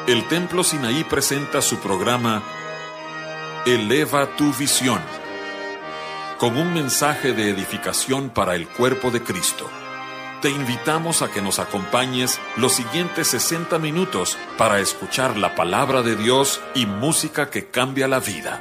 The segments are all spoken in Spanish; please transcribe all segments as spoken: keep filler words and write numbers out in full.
El Templo Sinaí presenta su programa Eleva tu visión, con un mensaje de edificación para el cuerpo de Cristo. Te invitamos a que nos acompañes los siguientes sesenta minutos para escuchar la palabra de Dios y música que cambia la vida.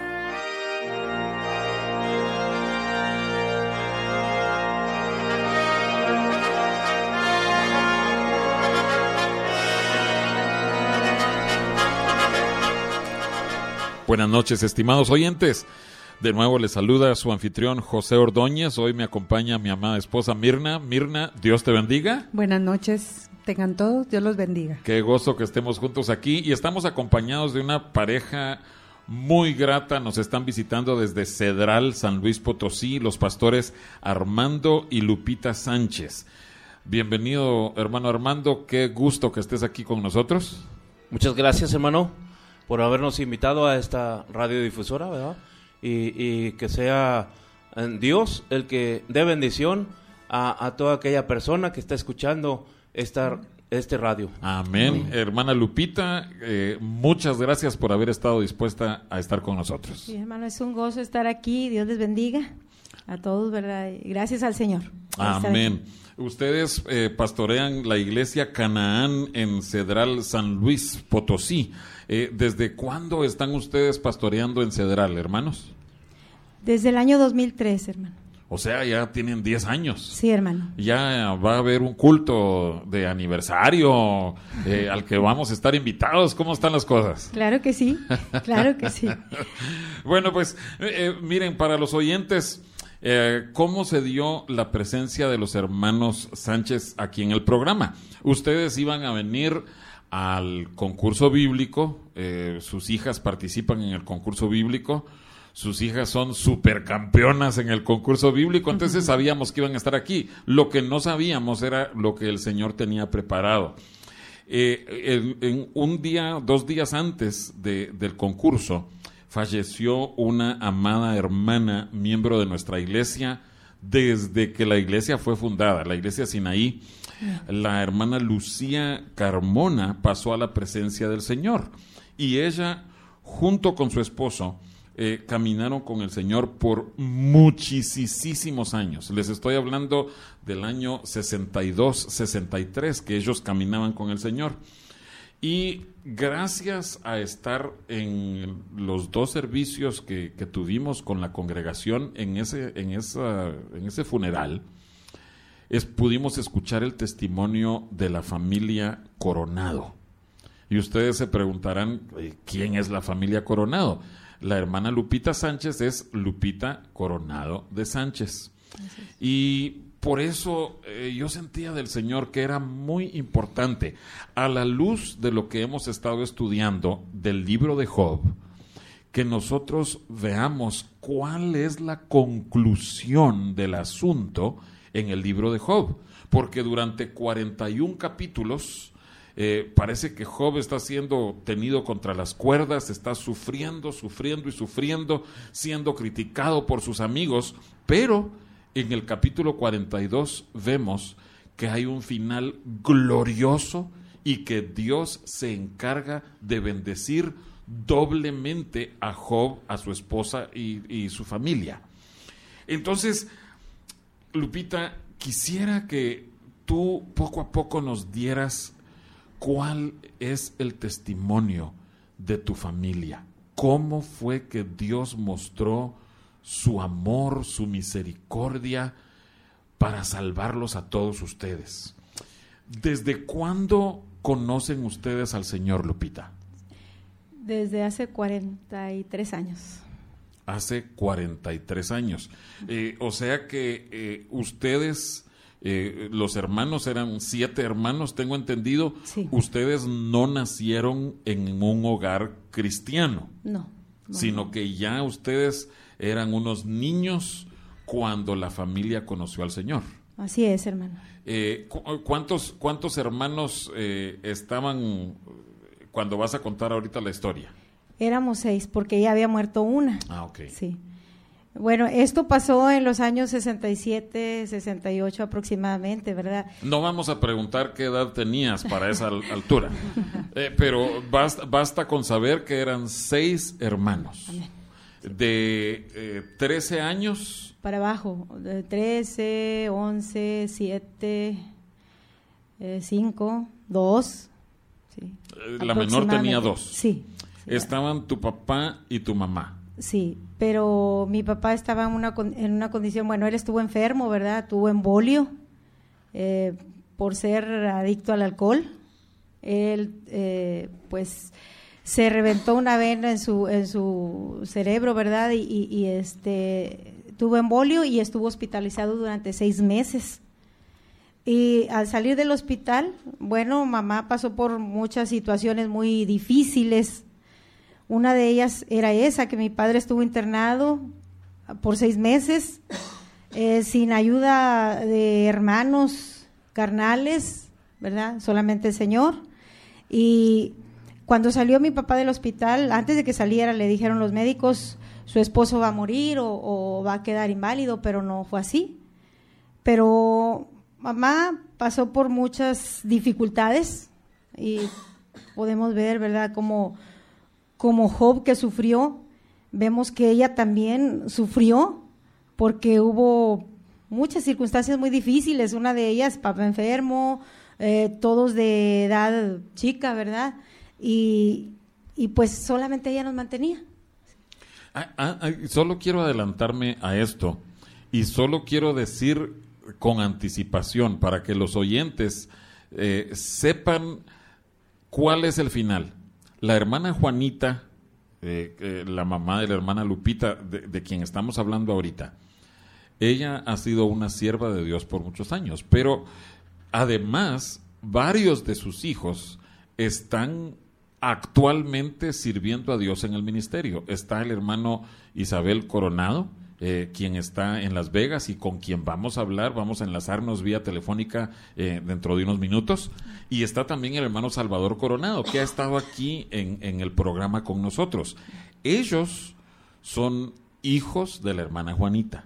Buenas noches, estimados oyentes. De nuevo les saluda su anfitrión José Ordóñez. Hoy me acompaña mi amada esposa Mirna. Mirna, Dios te bendiga. Buenas noches, tengan todos, Dios los bendiga. Qué gozo que estemos juntos aquí y estamos acompañados de una pareja muy grata. Nos están visitando desde Cedral, San Luis Potosí, los pastores Armando y Lupita Sánchez. Bienvenido, hermano Armando, qué gusto que estés aquí con nosotros. Muchas gracias, hermano, por habernos invitado a esta radiodifusora, ¿verdad? Y, y que sea Dios el que dé bendición a, a toda aquella persona que está escuchando esta, este radio. Amén. Amén. Hermana Lupita, eh, muchas gracias por haber estado dispuesta a estar con nosotros. Sí, hermano, es un gozo estar aquí. Dios les bendiga a todos, ¿verdad? Y gracias al Señor. Amén. Ustedes eh, pastorean la iglesia Canaán en Cedral, San Luis Potosí. Eh, ¿Desde cuándo están ustedes pastoreando en Cedral, hermanos? Desde el año dos mil tres, hermano. O sea, ya tienen diez años. Sí, hermano. Ya va a haber un culto de aniversario eh, al que vamos a estar invitados. ¿Cómo están las cosas? Claro que sí, claro que sí. Bueno, pues eh, miren, para los oyentes, eh, ¿cómo se dio la presencia de los hermanos Sánchez aquí en el programa? Ustedes iban a venir al concurso bíblico, eh, sus hijas participan en el concurso bíblico, sus hijas son supercampeonas en el concurso bíblico, entonces uh-huh. sabíamos que iban a estar aquí. Lo que no sabíamos era lo que el Señor tenía preparado. Eh, en, en un día, dos días antes de, del concurso, falleció una amada hermana, miembro de nuestra iglesia, desde que la iglesia fue fundada, la iglesia Sinaí. La hermana Lucía Carmona pasó a la presencia del Señor y ella, junto con su esposo, eh, caminaron con el Señor por muchísimos años. Les estoy hablando del año sesenta y dos, sesenta y tres, que ellos caminaban con el Señor. Y gracias a estar en los dos servicios que, que tuvimos con la congregación en ese, en esa, en ese funeral, es, pudimos escuchar el testimonio de la familia Coronado. Y ustedes se preguntarán, ¿quién es la familia Coronado? La hermana Lupita Sánchez es Lupita Coronado de Sánchez. Y por eso eh, yo sentía del Señor que era muy importante, a la luz de lo que hemos estado estudiando del libro de Job, que nosotros veamos cuál es la conclusión del asunto en el libro de Job, porque durante cuarenta y un capítulos eh, parece que Job está siendo tenido contra las cuerdas, está sufriendo, sufriendo y sufriendo, siendo criticado por sus amigos, pero en el capítulo cuarenta y dos vemos que hay un final glorioso y que Dios se encarga de bendecir doblemente a Job, a su esposa y, y su familia. Entonces, Lupita, quisiera que tú poco a poco nos dieras cuál es el testimonio de tu familia. ¿Cómo fue que Dios mostró su amor, su misericordia para salvarlos a todos ustedes? ¿Desde cuándo conocen ustedes al Señor, Lupita? Desde hace cuarenta y tres años. Hace cuarenta y tres años. Eh, o sea que eh, ustedes, eh, los hermanos, eran siete hermanos, tengo entendido. Sí. Ustedes no nacieron en un hogar cristiano. No. no sino no. que ya ustedes eran unos niños cuando la familia conoció al Señor. Así es, hermano. Eh, cu- ¿cuántos, ¿Cuántos hermanos eh, estaban cuando vas a contar ahorita la historia? Éramos seis, porque ya había muerto una. Ah, ok. Sí. Bueno, esto pasó en los años sesenta y siete, sesenta y ocho aproximadamente, ¿verdad? No vamos a preguntar qué edad tenías para esa al- altura, eh, pero basta, basta con saber que eran seis hermanos. Amén. De eh, trece años. Para abajo, de trece, once, siete, cinco, dos. Sí, Eh, la menor tenía dos. Sí. sí. Estaban tu papá y tu mamá. Sí, pero mi papá estaba en una, con- en una condición, bueno, él estuvo enfermo, ¿verdad? Tuvo embolio eh, por ser adicto al alcohol. Él, eh, pues, se reventó una vena en su en su cerebro, ¿verdad? Y, y, y, este tuvo embolio y estuvo hospitalizado durante seis meses. Y al salir del hospital, bueno, mamá pasó por muchas situaciones muy difíciles. Una de ellas era esa, que mi padre estuvo internado por seis meses, eh, sin ayuda de hermanos carnales, ¿verdad? Solamente el Señor. Y cuando salió mi papá del hospital, antes de que saliera, le dijeron los médicos, su esposo va a morir o, o va a quedar inválido, pero no fue así. Pero mamá pasó por muchas dificultades y podemos ver, ¿verdad?, como, como Job, que sufrió, vemos que ella también sufrió porque hubo muchas circunstancias muy difíciles. Una de ellas, papá enfermo, eh, todos de edad chica, ¿verdad? Y, y pues solamente ella nos mantenía. Ah, ah, ah, solo quiero adelantarme a esto y solo quiero decir con anticipación para que los oyentes eh, sepan cuál es el final. La hermana Juanita, eh, eh, la mamá de la hermana Lupita, de, de quien estamos hablando ahorita, ella ha sido una sierva de Dios por muchos años, pero además varios de sus hijos están actualmente sirviendo a Dios en el ministerio. Está el hermano Isabel Coronado, eh, quien está en Las Vegas y con quien vamos a hablar, vamos a enlazarnos vía telefónica eh, dentro de unos minutos. Y está también el hermano Salvador Coronado, que ha estado aquí en, en el programa con nosotros. Ellos son hijos de la hermana Juanita.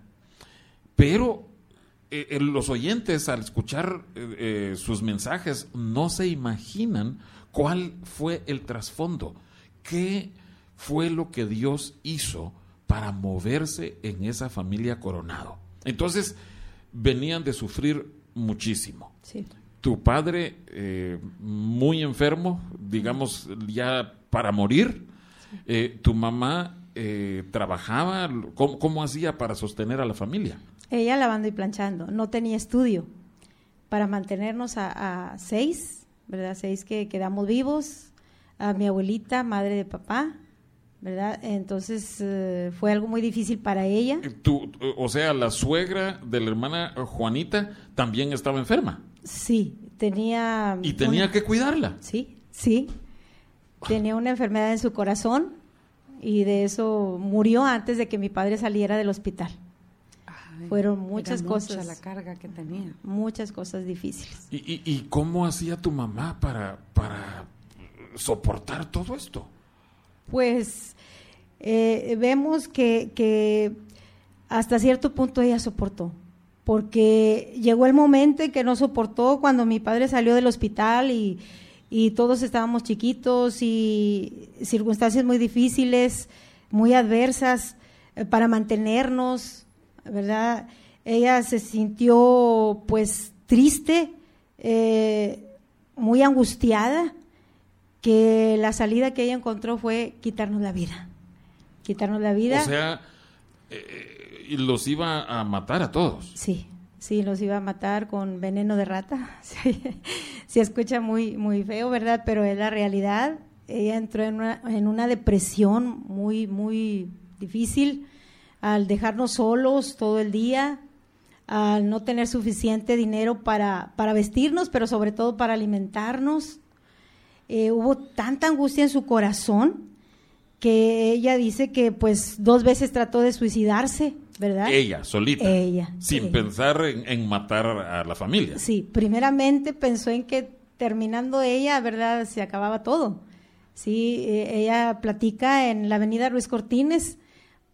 Pero eh, los oyentes, al escuchar eh, eh, sus mensajes, no se imaginan cuál fue el trasfondo, qué fue lo que Dios hizo para moverse en esa familia Coronado. Entonces, venían de sufrir muchísimo. Sí. Tu padre eh, muy enfermo, digamos, ya para morir. Eh, tu mamá eh, trabajaba, ¿cómo, cómo hacía para sostener a la familia? Ella lavando y planchando, no tenía estudio para mantenernos a, a seis, ¿verdad? Seis que quedamos vivos, a mi abuelita, madre de papá, ¿verdad? Entonces eh, fue algo muy difícil para ella. Tú, o sea, la suegra de la hermana Juanita también estaba enferma. Sí, tenía... Y tenía una, que cuidarla. Sí, sí, tenía una enfermedad en su corazón y de eso murió antes de que mi padre saliera del hospital. Ay, Fueron muchas era cosas. mucha la carga que tenía. Muchas cosas difíciles. ¿Y, y, y cómo hacía tu mamá para, para soportar todo esto? Pues eh, vemos que, que hasta cierto punto ella soportó, porque llegó el momento en que no soportó cuando mi padre salió del hospital y, y todos estábamos chiquitos y circunstancias muy difíciles, muy adversas eh, para mantenernos, ¿verdad? Ella se sintió pues triste, eh, muy angustiada, que la salida que ella encontró fue quitarnos la vida, quitarnos la vida. O sea, eh, los iba a matar a todos. Sí, sí, los iba a matar con veneno de rata. Sí, se escucha muy, muy feo, ¿verdad? Pero es la realidad. Ella entró en una, en una depresión muy, muy difícil al dejarnos solos todo el día, al no tener suficiente dinero para, para vestirnos, pero sobre todo para alimentarnos. Eh, hubo tanta angustia en su corazón que ella dice que pues dos veces trató de suicidarse, ¿verdad? Ella, solita. Ella. Sin ella. pensar en, en matar a la familia. Sí, primeramente pensó en que terminando ella, ¿verdad?, se acababa todo. Sí, eh, ella platica en la avenida Ruiz Cortines,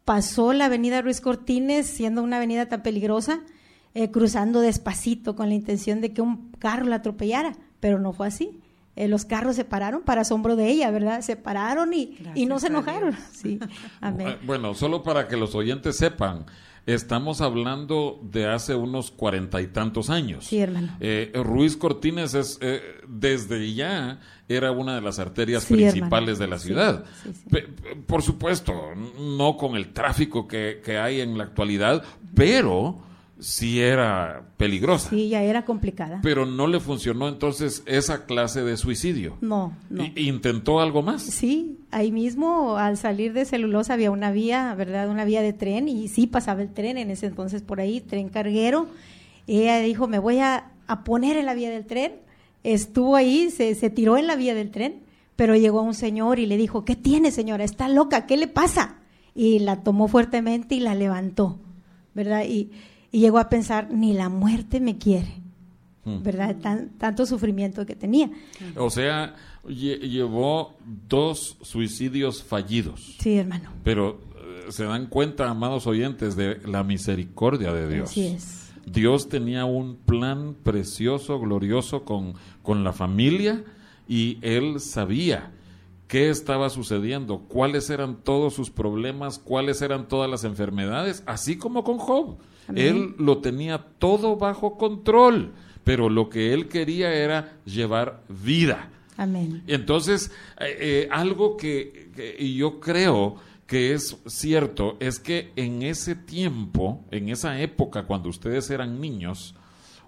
pasó la avenida Ruiz Cortines, siendo una avenida tan peligrosa, eh, cruzando despacito con la intención de que un carro la atropellara, pero no fue así. Eh, los carros se pararon para asombro de ella, ¿verdad? Se pararon y, y no se enojaron. Sí. Amén. Bueno, solo para que los oyentes sepan, estamos hablando de hace unos cuarenta y tantos años. Sí, hermano. Eh, Ruiz Cortines es, eh, desde ya era una de las arterias Sí, principales hermano. de la Sí, ciudad. sí, sí. Pe- por supuesto, no con el tráfico que, que hay en la actualidad, pero sí era peligrosa. Sí, ya era complicada. Pero no le funcionó entonces esa clase de suicidio. No, no. I- ¿Intentó algo más? Sí, ahí mismo al salir de Celulosa había una vía, ¿verdad? Una vía de tren y sí pasaba el tren en ese entonces por ahí, tren carguero. Ella dijo, me voy a, a poner en la vía del tren. Estuvo ahí, se, se tiró en la vía del tren, pero llegó un señor y le dijo, ¿qué tiene, señora? ¿Está loca? ¿Qué le pasa? Y la tomó fuertemente y la levantó, ¿verdad? Y, y llegó a pensar, ni la muerte me quiere, ¿verdad? Tan, tanto sufrimiento que tenía. O sea, lle- llevó dos suicidios fallidos. Sí, hermano. Pero eh, se dan cuenta, amados oyentes, de la misericordia de Dios. Así es. Dios tenía un plan precioso, glorioso con, con la familia y Él sabía qué estaba sucediendo, cuáles eran todos sus problemas, cuáles eran todas las enfermedades, así como con Job. Amén. Él lo tenía todo bajo control, pero lo que Él quería era llevar vida. Amén. Entonces, eh, eh, algo que, que y yo creo que es cierto, es que en ese tiempo, en esa época, cuando ustedes eran niños,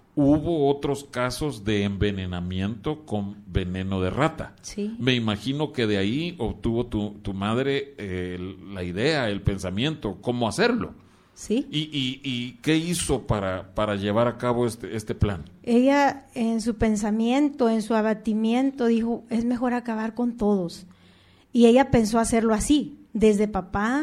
hubo otros casos de envenenamiento con veneno de rata. Sí. Me imagino que de ahí obtuvo tu, tu madre eh, la idea, el pensamiento, cómo hacerlo. Sí. ¿Y, y, y qué hizo para, para llevar a cabo este, este plan? Ella en su pensamiento, en su abatimiento, dijo, es mejor acabar con todos. Y ella pensó hacerlo así, desde papá,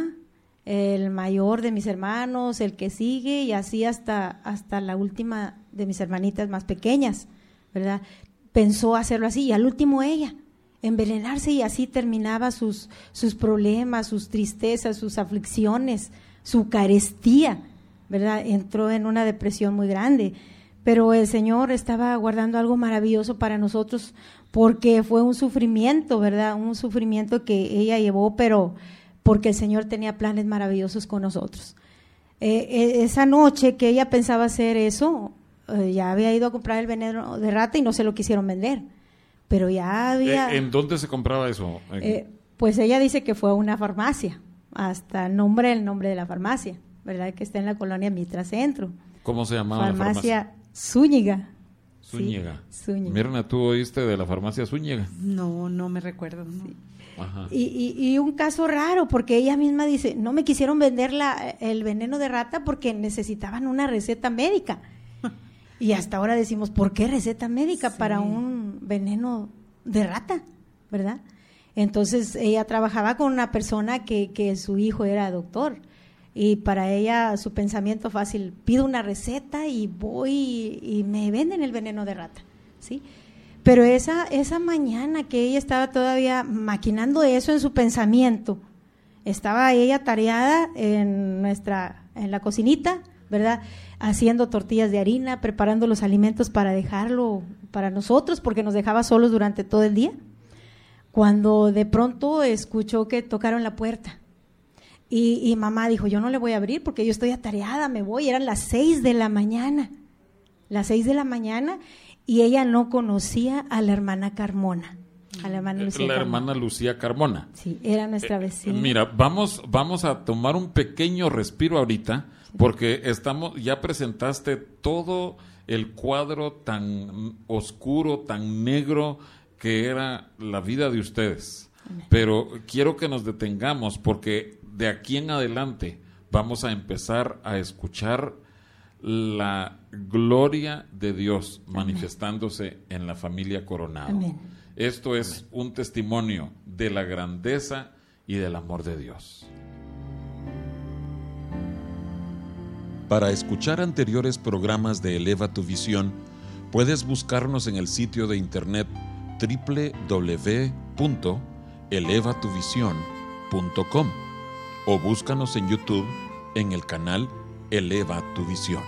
el mayor de mis hermanos, el que sigue, y así hasta, hasta la última de mis hermanitas más pequeñas, ¿verdad? Pensó hacerlo así, y al último ella, envenenarse, y así terminaba sus, sus problemas, sus tristezas, sus aflicciones, su carestía, ¿verdad? Entró en una depresión muy grande, pero el Señor estaba guardando algo maravilloso para nosotros, porque fue un sufrimiento, ¿verdad? Un sufrimiento que ella llevó, pero porque el Señor tenía planes maravillosos con nosotros. Eh, eh, esa noche que ella pensaba hacer eso, eh, ya había ido a comprar el veneno de rata y no se lo quisieron vender, pero ya había… Eh, ¿En dónde se compraba eso? En- Eh, pues ella dice que fue a una farmacia, hasta el nombre, el nombre de la farmacia, ¿verdad? Que está en la colonia Mitra Centro. ¿Cómo se llamaba la Farmacia farmacia? Zúñiga. Zúñiga. Sí, Zúñiga. Mirna, ¿tú oíste de la farmacia Zúñiga? No, no me recuerdo. No. Ajá. Y, y, y un caso raro, porque ella misma dice, no me quisieron vender la, el veneno de rata porque necesitaban una receta médica. Y hasta ahora decimos, ¿por qué receta médica Sí. para un veneno de rata? ¿Verdad? Entonces ella trabajaba con una persona que, que su hijo era doctor. Y para ella su pensamiento fácil, pido una receta y voy y, y me venden el veneno de rata, ¿sí? Pero esa, esa mañana que ella estaba todavía maquinando eso en su pensamiento, estaba ella tareada en nuestra, en la cocinita, ¿verdad? Haciendo tortillas de harina, preparando los alimentos para dejarlo para nosotros, porque nos dejaba solos durante todo el día. Cuando de pronto escuchó que tocaron la puerta. Y, y mamá dijo, yo no le voy a abrir porque yo estoy atareada, me voy. Eran las seis de la mañana, las seis de la mañana, y ella no conocía a la hermana Carmona, a la hermana Lucía La Carmona. hermana Lucía Carmona. Sí, era nuestra vecina. Mira, vamos, vamos a tomar un pequeño respiro ahorita, porque estamos, ya presentaste todo el cuadro tan oscuro, tan negro que era la vida de ustedes. Pero quiero que nos detengamos, porque de aquí en adelante vamos a empezar a escuchar la gloria de Dios manifestándose en la familia Coronado. Amén. Esto es un testimonio de la grandeza y del amor de Dios. Para escuchar anteriores programas de Eleva tu Visión, puedes buscarnos en el sitio de internet doble u doble u doble u punto eleva tu visión punto com o búscanos en YouTube en el canal Eleva tu Visión.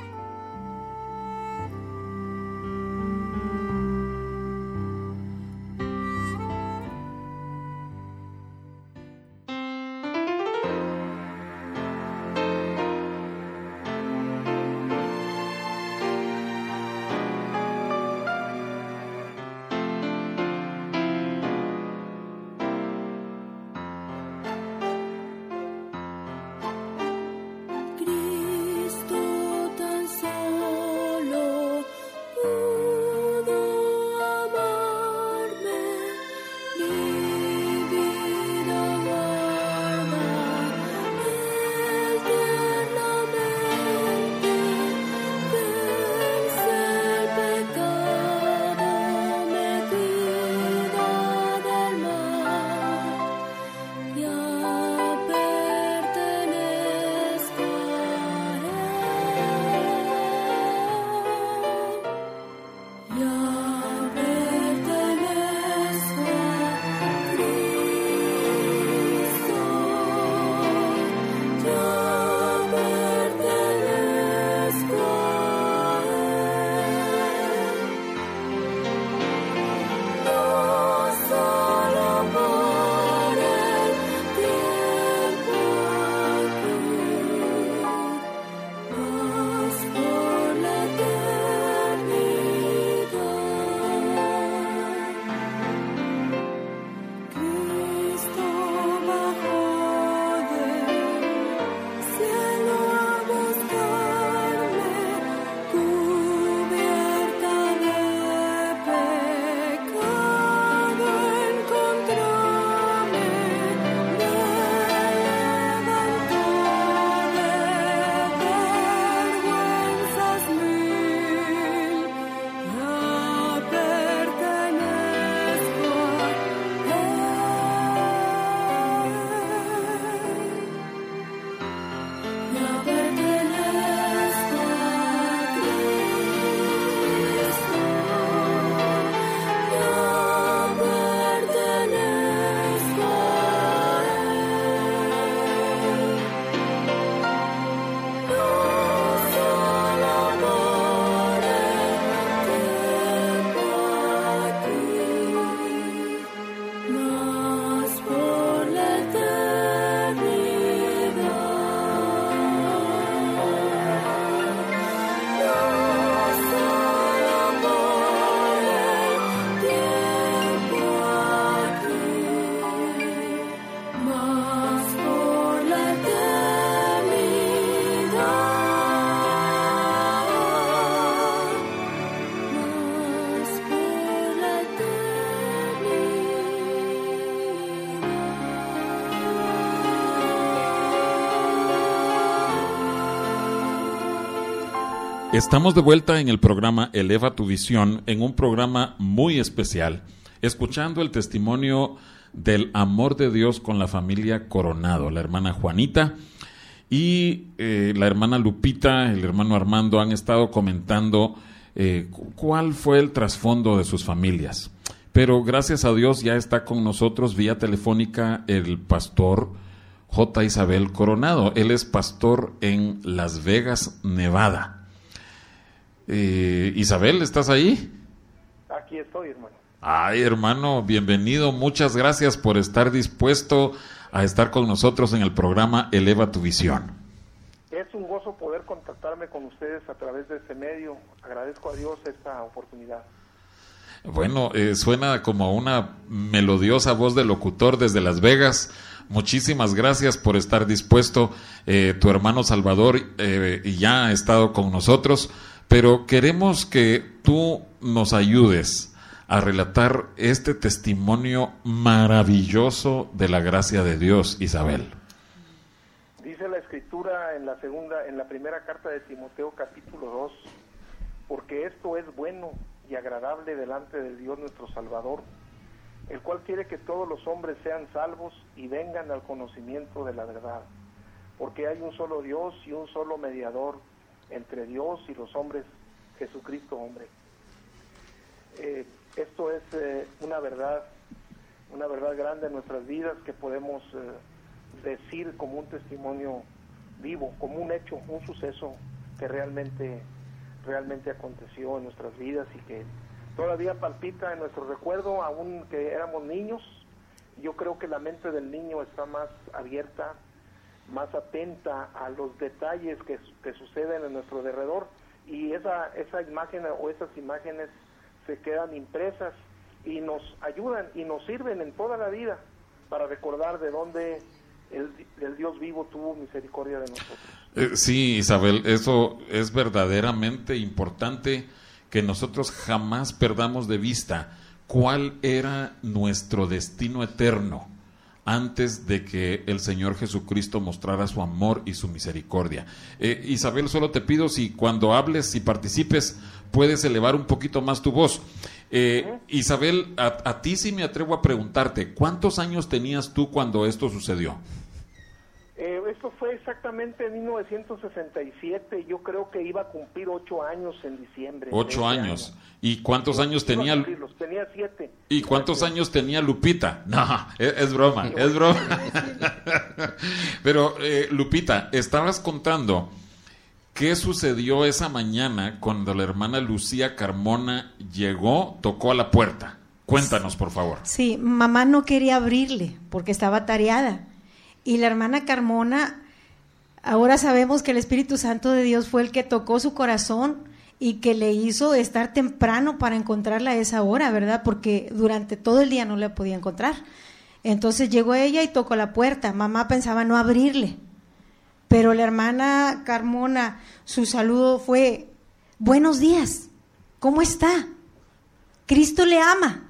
Estamos de vuelta en el programa Eleva tu Visión, en un programa muy especial, escuchando el testimonio del amor de Dios con la familia Coronado. La hermana Juanita y eh, la hermana Lupita, el hermano Armando han estado comentando eh, cuál fue el trasfondo de sus familias. Pero gracias a Dios ya está con nosotros vía telefónica el pastor J. Isabel Coronado. Él es pastor en Las Vegas, Nevada. Eh, Isabel, ¿estás ahí? Aquí estoy, hermano. Ay, hermano, bienvenido. Muchas gracias por estar dispuesto a estar con nosotros en el programa Eleva tu Visión. Es un gozo poder contactarme con ustedes a través de este medio. Agradezco a Dios esta oportunidad. Bueno, eh, suena como una melodiosa voz de locutor desde Las Vegas. Muchísimas gracias por estar dispuesto. Eh, tu hermano Salvador eh, ya ha estado con nosotros, pero queremos que tú nos ayudes a relatar este testimonio maravilloso de la gracia de Dios, Isabel. Dice la Escritura en la segunda, en la primera carta de Timoteo, capítulo dos, porque esto es bueno y agradable delante del Dios nuestro Salvador, el cual quiere que todos los hombres sean salvos y vengan al conocimiento de la verdad, porque hay un solo Dios y un solo mediador entre Dios y los hombres, Jesucristo hombre. Eh, esto es eh, una verdad, una verdad grande en nuestras vidas que podemos eh, decir como un testimonio vivo, como un hecho, un suceso que realmente, realmente aconteció en nuestras vidas y que todavía palpita en nuestro recuerdo, aún que éramos niños. Yo creo que la mente del niño está más abierta, más atenta a los detalles que, que suceden en nuestro derredor, y esa, esa imagen o esas imágenes se quedan impresas y nos ayudan y nos sirven en toda la vida para recordar de dónde el, el Dios vivo tuvo misericordia de nosotros. Eh, sí, Isabel, eso es verdaderamente importante, que nosotros jamás perdamos de vista cuál era nuestro destino eterno antes de que el Señor Jesucristo mostrara su amor y su misericordia. Eh, Isabel, solo te pido si cuando hables, si participes, puedes elevar un poquito más tu voz. Eh, uh-huh. Isabel, a, a ti sí me atrevo a preguntarte, ¿cuántos años tenías tú cuando esto sucedió? Eh, esto fue exactamente en mil novecientos sesenta y siete, yo creo que iba a cumplir ocho años en diciembre. Ocho años. Año. ¿Y cuántos sí, años tenía? Tenía siete. ¿Y cuántos años tenía Lupita? No, es, es broma, sí, es broma. Pero, eh, Lupita, estabas contando qué sucedió esa mañana cuando la hermana Lucía Carmona llegó, tocó a la puerta. Cuéntanos, por favor. Sí, mamá no quería abrirle porque estaba tareada. Y la hermana Carmona, ahora sabemos que el Espíritu Santo de Dios fue el que tocó su corazón y que le hizo estar temprano para encontrarla a esa hora, ¿verdad? Porque durante todo el día no la podía encontrar. Entonces llegó ella y tocó la puerta. Mamá pensaba no abrirle, pero la hermana Carmona, su saludo fue: buenos días, ¿cómo está? Cristo le ama.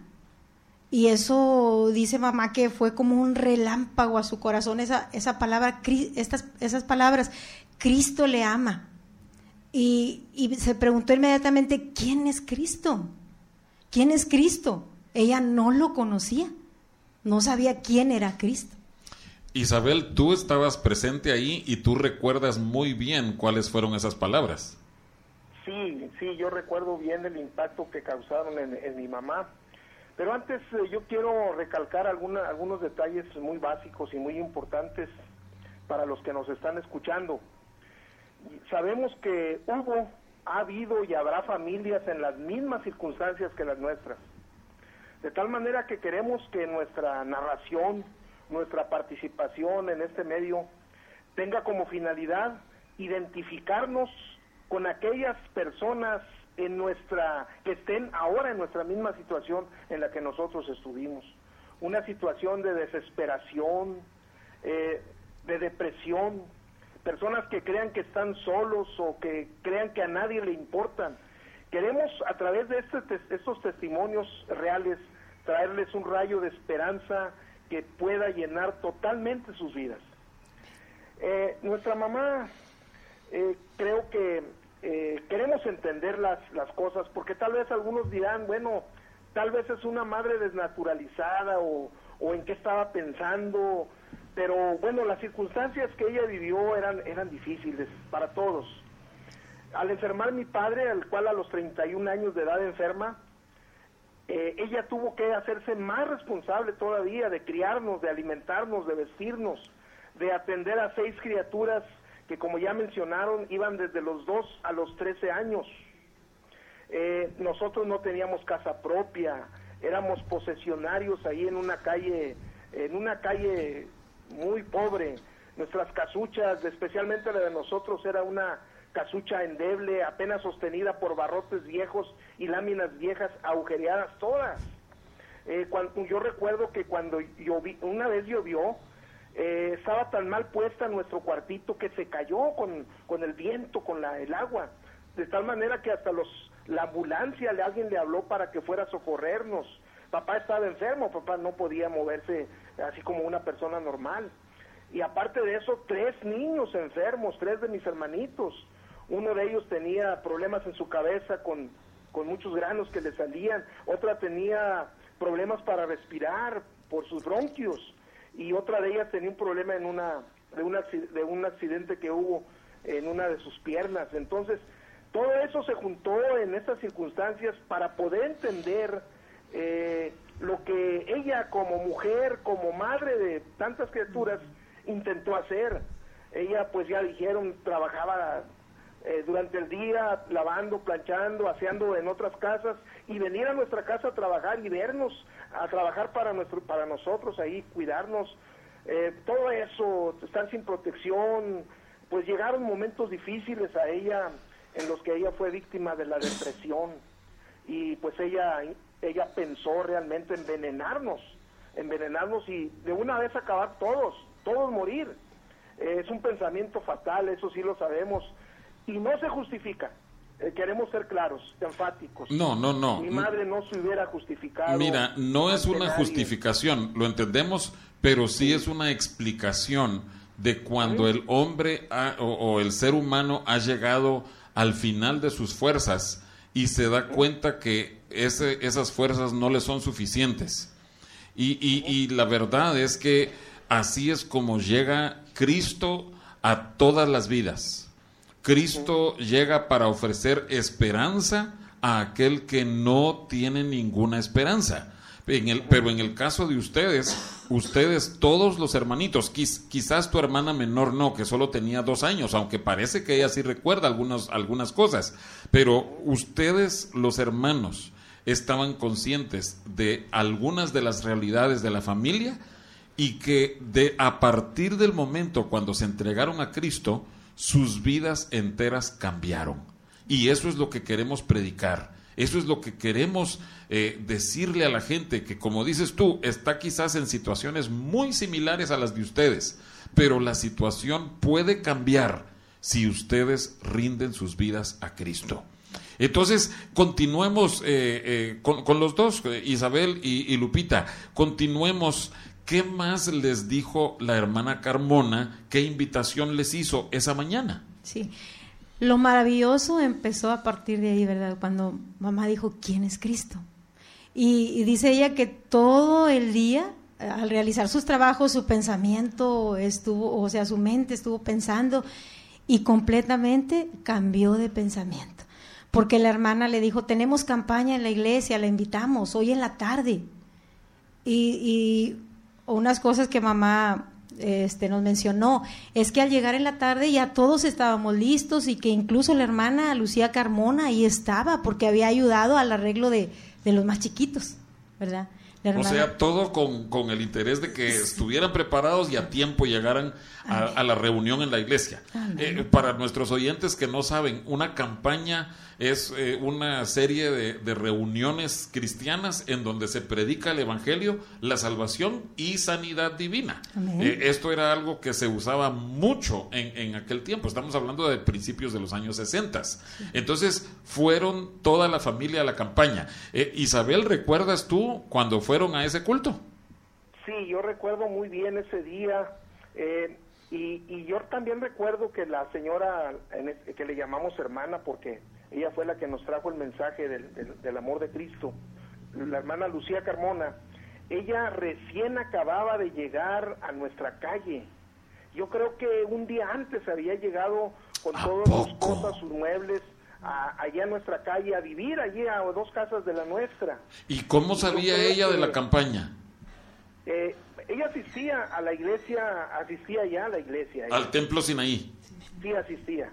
Y eso dice mamá que fue como un relámpago a su corazón, esa, esa palabra, estas, esas palabras, Cristo le ama. Y, y se preguntó inmediatamente, ¿quién es Cristo? ¿Quién es Cristo? Ella no lo conocía, no sabía quién era Cristo. Isabel, tú estabas presente ahí y tú recuerdas muy bien cuáles fueron esas palabras. Sí, sí, yo recuerdo bien el impacto que causaron en, en mi mamá. Pero antes eh, yo quiero recalcar alguna, algunos detalles muy básicos y muy importantes para los que nos están escuchando. Sabemos que hubo, ha habido y habrá familias en las mismas circunstancias que las nuestras. De tal manera que queremos que nuestra narración, nuestra participación en este medio tenga como finalidad identificarnos con aquellas personas en nuestra que estén ahora en nuestra misma situación en la que nosotros estuvimos, una situación de desesperación, eh, de depresión, personas que crean que están solos o que crean que a nadie le importan. Queremos a través de este, estos testimonios reales traerles un rayo de esperanza que pueda llenar totalmente sus vidas. Eh, nuestra mamá, eh, creo que Eh, queremos entender las, las cosas, porque tal vez algunos dirán, bueno, tal vez es una madre desnaturalizada o, o en qué estaba pensando, pero bueno, las circunstancias que ella vivió eran, eran difíciles para todos. Al enfermar mi padre, al cual a los treinta y un años de edad enferma, eh, ella tuvo que hacerse más responsable todavía de criarnos, de alimentarnos, de vestirnos, de atender a seis criaturas que, como ya mencionaron, iban desde los dos a los trece años. Eh, nosotros no teníamos casa propia, éramos posesionarios ahí en una calle, en una calle muy pobre. Nuestras casuchas, especialmente la de nosotros, era una casucha endeble, apenas sostenida por barrotes viejos y láminas viejas agujereadas todas. Eh, cuando, yo recuerdo que cuando lloví, una vez llovió, Eh, estaba tan mal puesta nuestro cuartito que se cayó con, con el viento, con la, el agua, de tal manera que hasta los la ambulancia, le, alguien le habló para que fuera a socorrernos. Papá estaba enfermo, papá no podía moverse así como una persona normal. Y aparte de eso, tres niños enfermos, tres de mis hermanitos. Uno de ellos tenía problemas en su cabeza con, con muchos granos que le salían, otra tenía problemas para respirar por sus bronquios, y otra de ellas tenía un problema en una de, una, de un accidente que hubo en una de sus piernas. Entonces, todo eso se juntó en estas circunstancias para poder entender eh, lo que ella como mujer, como madre de tantas criaturas, intentó hacer. Ella, pues ya dijeron, trabajaba eh, durante el día, lavando, planchando, aseando en otras casas, y venir a nuestra casa a trabajar y vernos, a trabajar para nuestro, para nosotros ahí, cuidarnos. Eh, todo eso, estar sin protección, pues llegaron momentos difíciles a ella, en los que ella fue víctima de la depresión, y pues ella, ella pensó realmente envenenarnos, envenenarnos y de una vez acabar todos, todos morir. Eh, es un pensamiento fatal, eso sí lo sabemos, y no se justifica. Eh, queremos ser claros, enfáticos. No, no, no. Mi madre no se hubiera justificado. Mira, no es una nadie. justificación, lo entendemos, pero sí es una explicación de cuando ¿Sí? el hombre ha, o, o el ser humano ha llegado al final de sus fuerzas y se da cuenta que ese, esas fuerzas no le son suficientes. Y, y, y la verdad es que así es como llega Cristo a todas las vidas. Cristo llega para ofrecer esperanza a aquel que no tiene ninguna esperanza. En el, pero en el caso de ustedes, ustedes, todos los hermanitos, quiz, quizás tu hermana menor no, que solo tenía dos años, aunque parece que ella sí recuerda algunas, algunas cosas, pero ustedes, los hermanos, estaban conscientes de algunas de las realidades de la familia y que de a partir del momento cuando se entregaron a Cristo, sus vidas enteras cambiaron. Y eso es lo que queremos predicar. Eso es lo que queremos eh, decirle a la gente, que como dices tú, está quizás en situaciones muy similares a las de ustedes, pero la situación puede cambiar si ustedes rinden sus vidas a Cristo. Entonces, continuemos eh, eh, con, con los dos, Isabel y, y Lupita, continuemos. ¿Qué más les dijo la hermana Carmona? ¿Qué invitación les hizo esa mañana? Sí, lo maravilloso empezó a partir de ahí, ¿verdad? Cuando mamá dijo, ¿quién es Cristo? Y, y dice ella que todo el día, al realizar sus trabajos, su pensamiento estuvo, o sea, su mente estuvo pensando y completamente cambió de pensamiento. Porque la hermana le dijo, tenemos campaña en la iglesia, la invitamos hoy en la tarde. Y... y unas cosas que mamá este, nos mencionó, es que al llegar en la tarde ya todos estábamos listos y que incluso la hermana Lucía Carmona ahí estaba porque había ayudado al arreglo de, de los más chiquitos, ¿verdad? La hermana... O sea, todo con, con el interés de que estuvieran preparados y a tiempo llegaran a, a la reunión en la iglesia. Eh, para nuestros oyentes que no saben, una campaña es eh, una serie de, de reuniones cristianas en donde se predica el evangelio, la salvación y sanidad divina. Eh, esto era algo que se usaba mucho en, en aquel tiempo. Estamos hablando de principios de los años sesenta. Sí. Entonces fueron toda la familia a la campaña. Eh, Isabel, ¿recuerdas tú cuando fueron a ese culto? Sí, yo recuerdo muy bien ese día. Eh, y, y yo también recuerdo que la señora, en este, que le llamamos hermana porque ella fue la que nos trajo el mensaje del, del, del amor de Cristo, la hermana Lucía Carmona, ella recién acababa de llegar a nuestra calle. Yo creo que un día antes había llegado con todas sus cosas, sus muebles, a, allá a nuestra calle, a vivir allí a dos casas de la nuestra. ¿Y cómo sabía ella que, de la campaña? Eh, ella asistía a la iglesia, asistía ya a la iglesia. Al ella. templo Sinaí. Sí, asistía.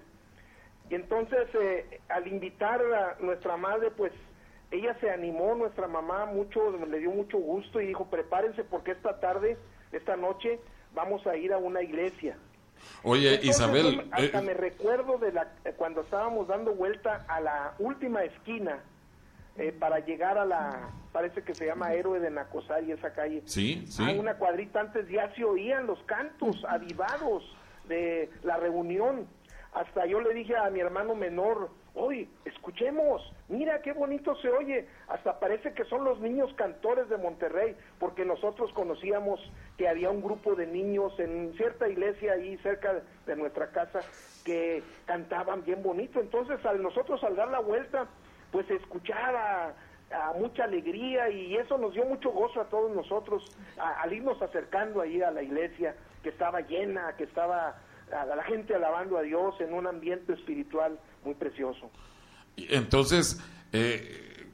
Y entonces, eh, al invitar a nuestra madre, pues, ella se animó, nuestra mamá, mucho, le dio mucho gusto y dijo, prepárense porque esta tarde, esta noche, vamos a ir a una iglesia. Oye, entonces, Isabel... Yo, hasta eh, me recuerdo de la cuando estábamos dando vuelta a la última esquina, eh, para llegar a la, parece que se llama Héroe de Nacosari, esa calle. Sí, sí. Hay una cuadrita antes, ya se oían los cantos avivados de la reunión. Hasta yo le dije a mi hermano menor, oye, escuchemos, mira qué bonito se oye, hasta parece que son los niños cantores de Monterrey, porque nosotros conocíamos que había un grupo de niños en cierta iglesia ahí cerca de nuestra casa que cantaban bien bonito. Entonces, al nosotros al dar la vuelta, pues se escuchaba a mucha alegría y eso nos dio mucho gozo a todos nosotros, a, al irnos acercando ahí a la iglesia, que estaba llena, que estaba... a la gente alabando a Dios en un ambiente espiritual muy precioso. Entonces, eh,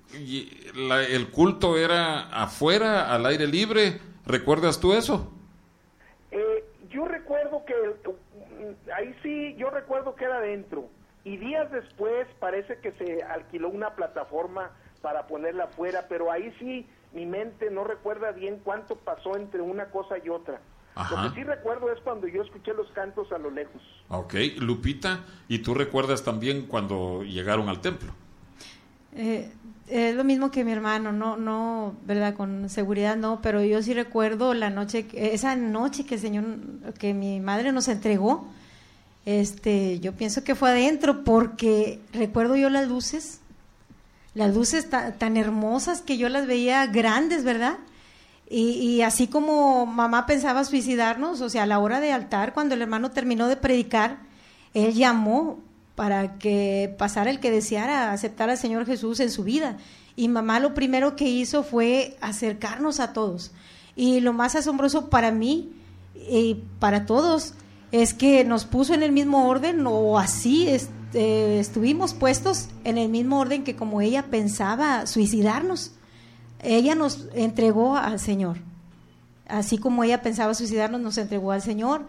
la, ¿el culto era afuera, al aire libre? ¿Recuerdas tú eso? Eh, yo recuerdo en, ahí sí, yo recuerdo que era adentro, y días después parece que se alquiló una plataforma para ponerla afuera, pero ahí sí mi mente no recuerda bien cuánto pasó entre una cosa y otra. Ajá. Lo que sí recuerdo es cuando yo escuché los cantos a lo lejos. Ok, Lupita, ¿y tú recuerdas también cuando llegaron al templo? Eh, es lo mismo que mi hermano, no, no, verdad, con seguridad no, pero yo sí recuerdo la noche, esa noche que el Señor, que mi madre nos entregó. Este, yo pienso que fue adentro, porque recuerdo yo las luces, las luces ta, tan hermosas que yo las veía grandes, ¿verdad? Y, y así como mamá pensaba suicidarnos, o sea, a la hora de altar, cuando el hermano terminó de predicar, él llamó para que pasara el que deseara aceptar al Señor Jesús en su vida. Y mamá lo primero que hizo fue acercarnos a todos. Y lo más asombroso para mí y para todos es que nos puso en el mismo orden, o así es, eh, estuvimos puestos en el mismo orden que como ella pensaba suicidarnos. Ella nos entregó al Señor. Así como ella pensaba suicidarnos, nos entregó al Señor.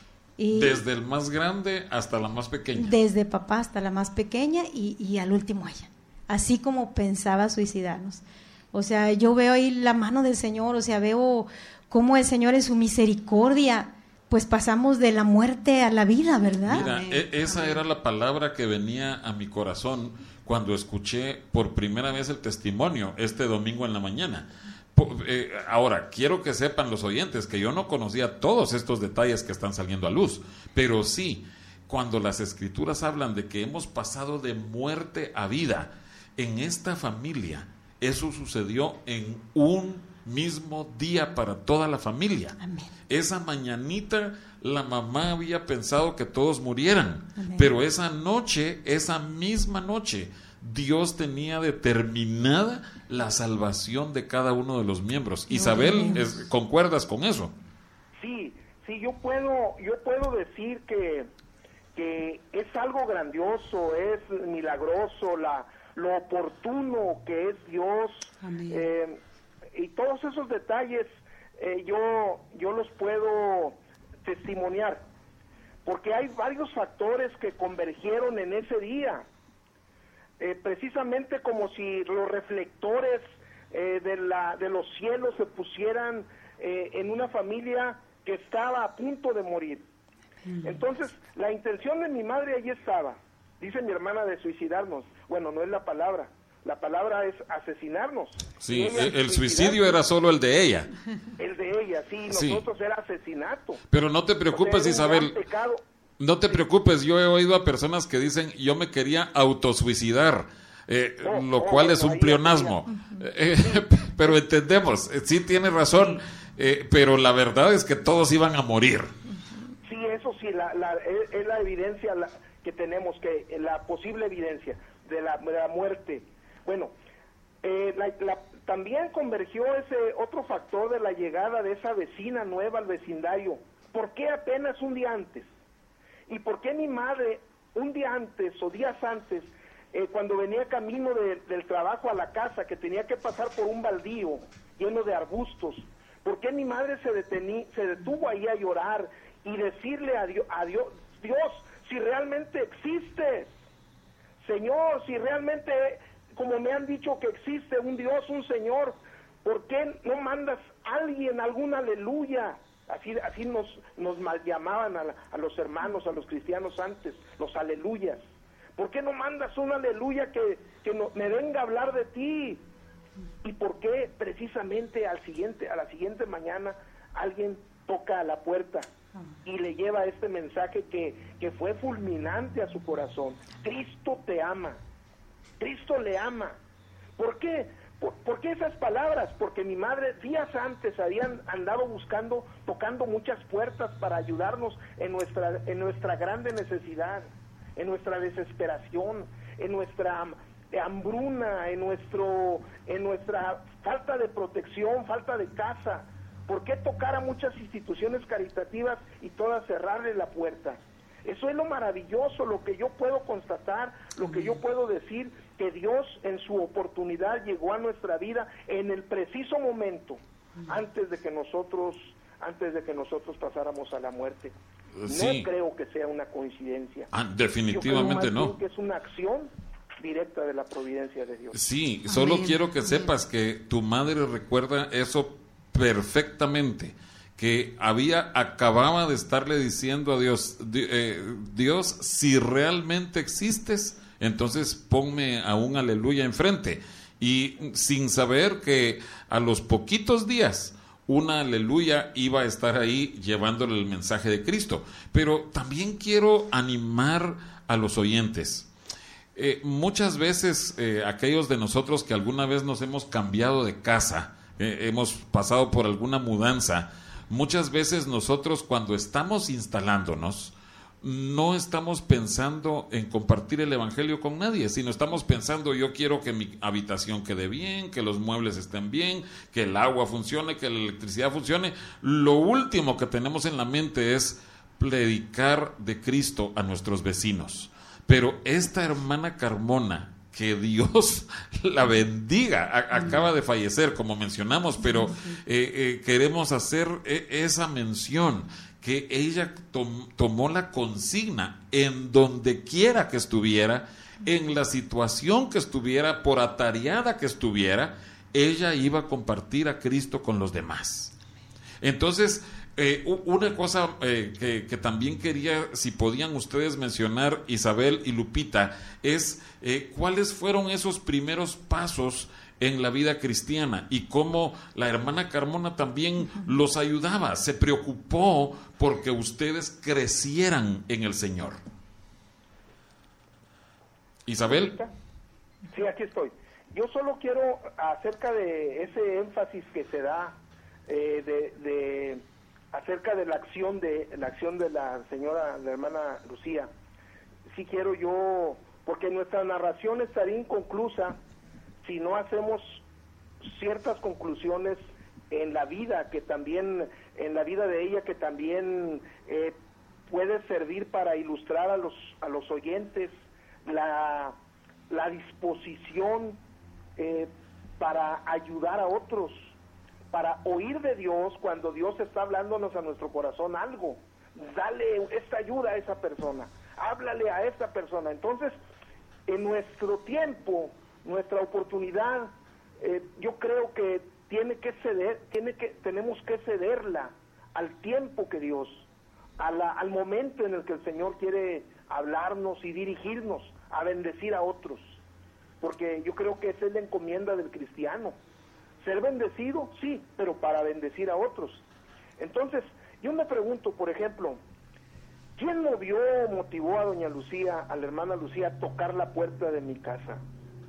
Y desde el más grande hasta la más pequeña. Desde papá hasta la más pequeña y, y al último ella. Así como pensaba suicidarnos. O sea, yo veo ahí la mano del Señor, o sea, veo cómo el Señor en su misericordia, pues pasamos de la muerte a la vida, ¿verdad? Mira, e- esa era la palabra que venía a mi corazón cuando escuché por primera vez el testimonio este domingo en la mañana. Po- eh, ahora, quiero que sepan los oyentes que yo no conocía todos estos detalles que están saliendo a luz, pero sí, cuando las escrituras hablan de que hemos pasado de muerte a vida en esta familia, eso sucedió en un mismo día para toda la familia. Amén. Esa mañanita la mamá había pensado que todos murieran, Amén. pero esa noche, esa misma noche, Dios tenía determinada la salvación de cada uno de los miembros. Isabel, es, ¿concuerdas con eso? Sí, sí, yo puedo, yo puedo decir que, que es algo grandioso, es milagroso, la, lo oportuno que es Dios. Amén. Eh, y todos esos detalles eh, yo, yo los puedo testimoniar, porque hay varios factores que convergieron en ese día. Eh, precisamente como si los reflectores eh, de, la, de los cielos se pusieran eh, en una familia que estaba a punto de morir. Entonces, la intención de mi madre allí estaba, dice mi hermana, de suicidarnos. Bueno, no es la palabra, la palabra es asesinarnos. Sí, Ella el, el suicidarse. suicidio era solo el de ella. El de ella, sí, Sí. nosotros era asesinato. Pero no te preocupes, O sea, era un Isabel. gran pecado. No te preocupes, yo he oído a personas que dicen, yo me quería autosuicidar, eh, Oh, lo oh, cual bueno, es un ahí pleonasmo. Eh, pero entendemos, eh, sí tiene razón, eh, pero la verdad es que todos iban a morir. Sí, eso sí, la, la, es, es la evidencia la, que tenemos, que la posible evidencia de la, de la muerte. Bueno, eh, la, la, también convergió ese otro factor de la llegada de esa vecina nueva al vecindario. ¿Por qué apenas un día antes? ¿Y por qué mi madre, un día antes o días antes, eh, cuando venía camino de, del trabajo a la casa, que tenía que pasar por un baldío lleno de arbustos, por qué mi madre se, detení, se detuvo ahí a llorar y decirle a Dios, a Dios, Dios, si realmente existes, Señor, si realmente, como me han dicho que existe un Dios, un Señor, ¿por qué no mandas a alguien, algún aleluya? Así, así nos, nos mal llamaban a, la, a los hermanos, a los cristianos antes, los aleluyas. ¿Por qué no mandas un aleluya que, que no, me venga a hablar de ti? ¿Y por qué precisamente al siguiente, a la siguiente mañana alguien toca a la puerta y le lleva este mensaje que, que fue fulminante a su corazón? Cristo te ama, Cristo le ama. ¿Por qué? ¿Por, ¿Por qué esas palabras? Porque mi madre días antes habían andado buscando, tocando muchas puertas para ayudarnos en nuestra, en nuestra grande necesidad, en nuestra desesperación, en nuestra hambruna, en nuestro, en nuestra falta de protección, falta de casa. ¿Por qué tocar a muchas instituciones caritativas y todas cerrarle la puerta? Eso es lo maravilloso, lo que yo puedo constatar, lo que yo puedo decir, que Dios en su oportunidad llegó a nuestra vida en el preciso momento, antes de que nosotros, antes de que nosotros pasáramos a la muerte. Sí. No creo que sea una coincidencia. Ah, definitivamente Yo creo más no. bien que es una acción directa de la providencia de Dios. Sí, solo Amén. quiero que Amén. sepas que tu madre recuerda eso perfectamente, que había, acababa de estarle diciendo a Dios, di- eh, Dios, si realmente existes, entonces ponme a un aleluya enfrente. Y sin saber que a los poquitos días una aleluya iba a estar ahí llevándole el mensaje de Cristo. Pero también quiero animar a los oyentes. Eh, muchas veces eh, aquellos de nosotros que alguna vez nos hemos cambiado de casa, eh, hemos pasado por alguna mudanza, muchas veces nosotros cuando estamos instalándonos, no estamos pensando en compartir el evangelio con nadie, sino estamos pensando, yo quiero que mi habitación quede bien, que los muebles estén bien, que el agua funcione, que la electricidad funcione. Lo último que tenemos en la mente es predicar de Cristo a nuestros vecinos. Pero esta hermana Carmona, que Dios la bendiga, a- acaba de fallecer, como mencionamos, pero eh, eh, queremos hacer eh, esa mención, que ella tom- tomó la consigna en donde quiera que estuviera, en la situación que estuviera, por atareada que estuviera, ella iba a compartir a Cristo con los demás. Entonces, eh, u- una cosa eh, que, que también quería, si podían ustedes mencionar, Isabel y Lupita, es eh, cuáles fueron esos primeros pasos en la vida cristiana y cómo la hermana Carmona también los ayudaba, se preocupó porque ustedes crecieran en el Señor. Isabel. Sí, aquí estoy. Yo solo quiero, acerca de ese énfasis que se da eh, de, de acerca de la acción de la acción de la señora, la hermana Lucía, sí quiero yo, porque nuestra narración estaría inconclusa si no hacemos ciertas conclusiones en la vida, que también, en la vida de ella, que también eh, puede servir para ilustrar a los, a los oyentes la, la disposición eh, para ayudar a otros, para oír de Dios cuando Dios está hablándonos a nuestro corazón algo. Dale esta ayuda a esa persona, háblale a esta persona. Entonces, en nuestro tiempo, nuestra oportunidad, eh, yo creo que tiene que ceder, tiene que, tenemos que cederla al tiempo que Dios, a la, al momento en el que el Señor quiere hablarnos y dirigirnos a bendecir a otros, porque yo creo que esa es la encomienda del cristiano, ser bendecido, sí, pero para bendecir a otros. Entonces, yo me pregunto, por ejemplo, ¿quién movió, motivó a doña Lucía, a la hermana Lucía, a tocar la puerta de mi casa?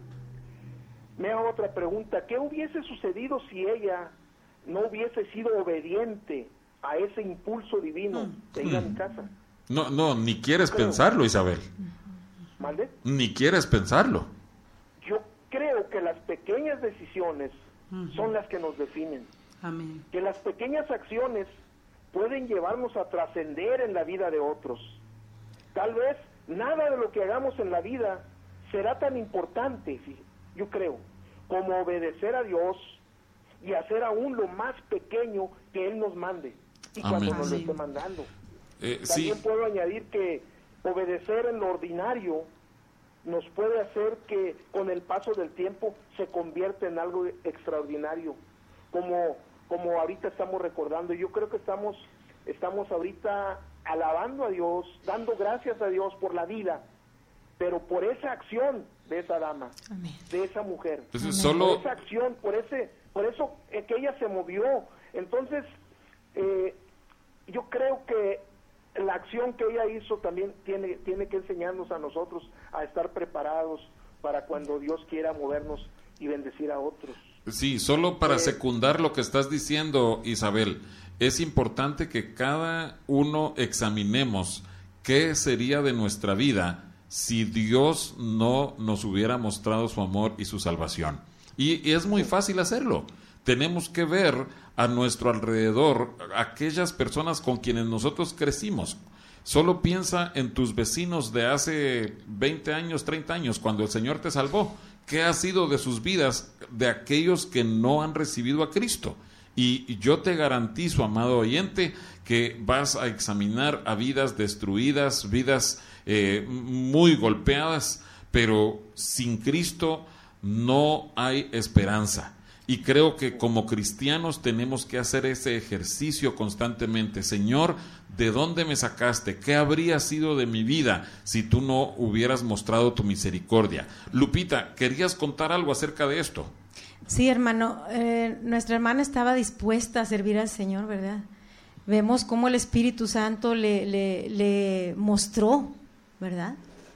Me hago otra pregunta, ¿qué hubiese sucedido si ella no hubiese sido obediente a ese impulso divino de ir a mi casa? No, no, ni quieres Creo. pensarlo, Isabel. ¿Mande? Ni quieres pensarlo. Yo creo que las pequeñas decisiones son las que nos definen, Amén. que las pequeñas acciones pueden llevarnos a trascender en la vida de otros. Tal vez nada de lo que hagamos en la vida será tan importante, sí, yo creo, como obedecer a Dios y hacer aún lo más pequeño que Él nos mande, y Amén. cuando nos lo Amén. esté mandando. Eh, sí, También puedo añadir que obedecer en lo ordinario nos puede hacer que con el paso del tiempo se convierta en algo extraordinario, como como ahorita estamos recordando. Yo creo que estamos estamos ahorita alabando a Dios, dando gracias a Dios por la vida, pero por esa acción de esa dama, Amén. de esa mujer, entonces por solo esa acción, por ese, por eso eh, que ella se movió. Entonces, eh, yo creo que la acción que ella hizo también tiene, tiene que enseñarnos a nosotros a estar preparados para cuando Dios quiera movernos y bendecir a otros. Sí, solo para Eh, secundar lo que estás diciendo, Isabel, es importante que cada uno examinemos qué sería de nuestra vida si Dios no nos hubiera mostrado su amor y su salvación. Y, y es muy fácil hacerlo. Tenemos que ver a nuestro alrededor aquellas personas con quienes nosotros crecimos. Solo piensa en tus vecinos de hace veinte años, treinta años, cuando el Señor te salvó. ¿Qué ha sido de sus vidas de aquellos que no han recibido a Cristo? Y yo te garantizo, amado oyente, que vas a examinar a vidas destruidas, vidas eh, muy golpeadas, pero sin Cristo no hay esperanza. Y creo que como cristianos tenemos que hacer ese ejercicio constantemente. Señor, ¿de dónde me sacaste? ¿Qué habría sido de mi vida si tú no hubieras mostrado tu misericordia? Lupita, ¿querías contar algo acerca de esto? Sí, hermano, eh, nuestra hermana estaba dispuesta a servir al Señor, ¿verdad? Vemos cómo el Espíritu Santo le, le, le mostró, ¿verdad?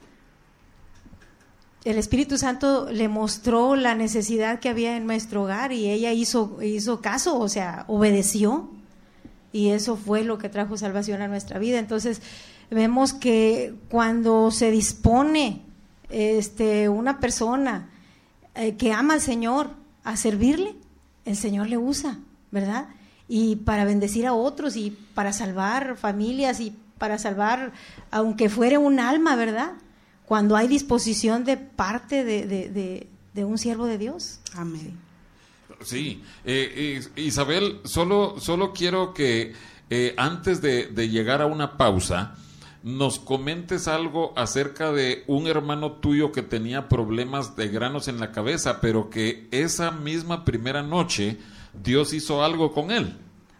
El Espíritu Santo le mostró la necesidad que había en nuestro hogar y ella hizo, hizo caso, o sea, obedeció, y eso fue lo que trajo salvación a nuestra vida. Entonces, vemos que cuando se dispone este, una persona eh, que ama al Señor a servirle, el Señor le usa, ¿verdad? Y para bendecir a otros y para salvar familias y para salvar, aunque fuere un alma, ¿verdad? Cuando hay disposición de parte de, de, de, de un siervo de Dios. Amén. Sí, eh, eh, Isabel, solo, solo quiero que eh, antes de, de llegar a una pausa, nos comentes algo acerca de un hermano tuyo que tenía problemas de granos en la cabeza, pero que esa misma primera noche Dios hizo algo con él.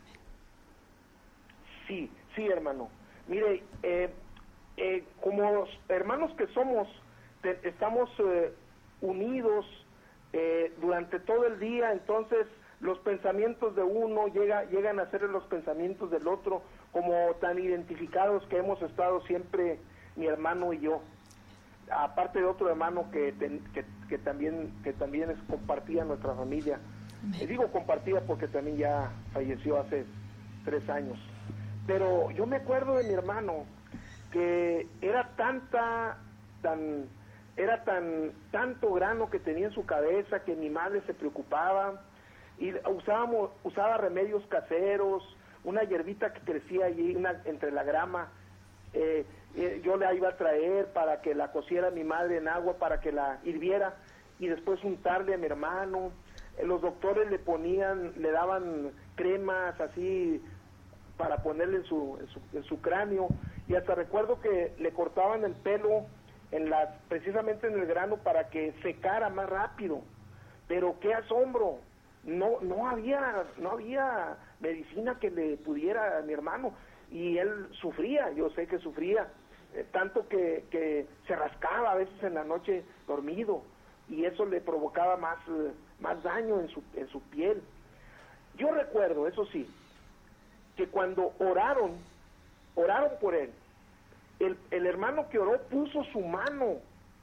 Sí, sí, hermano. Mire, eh, eh, como hermanos que somos, te, estamos eh, unidos eh, durante todo el día, entonces los pensamientos de uno llega, llegan a ser los pensamientos del otro, como tan identificados que hemos estado siempre mi hermano y yo, aparte de otro hermano que, ten, que, que también que también es, compartía nuestra familia. Eh, digo compartía porque también ya falleció hace tres años. Pero yo me acuerdo de mi hermano, que era tanta, tan, era tan, tanto grano que tenía en su cabeza que mi madre se preocupaba y usábamos, usaba remedios caseros, una hierbita que crecía allí una, entre la grama, eh, eh, yo la iba a traer para que la cociera mi madre en agua, para que la hirviera y después untarle a mi hermano. Eh, los doctores le ponían, le daban cremas así para ponerle en su, en su, en su cráneo, y hasta recuerdo que le cortaban el pelo en la, precisamente en el grano para que secara más rápido. Pero qué asombro, no no había no había medicina que le pudiera a mi hermano, y él sufría, yo sé que sufría, eh, tanto que, que se rascaba a veces en la noche dormido, y eso le provocaba más, eh, más daño en su, en su piel. Yo recuerdo, eso sí, que cuando oraron, oraron por él, el, el hermano que oró puso su mano,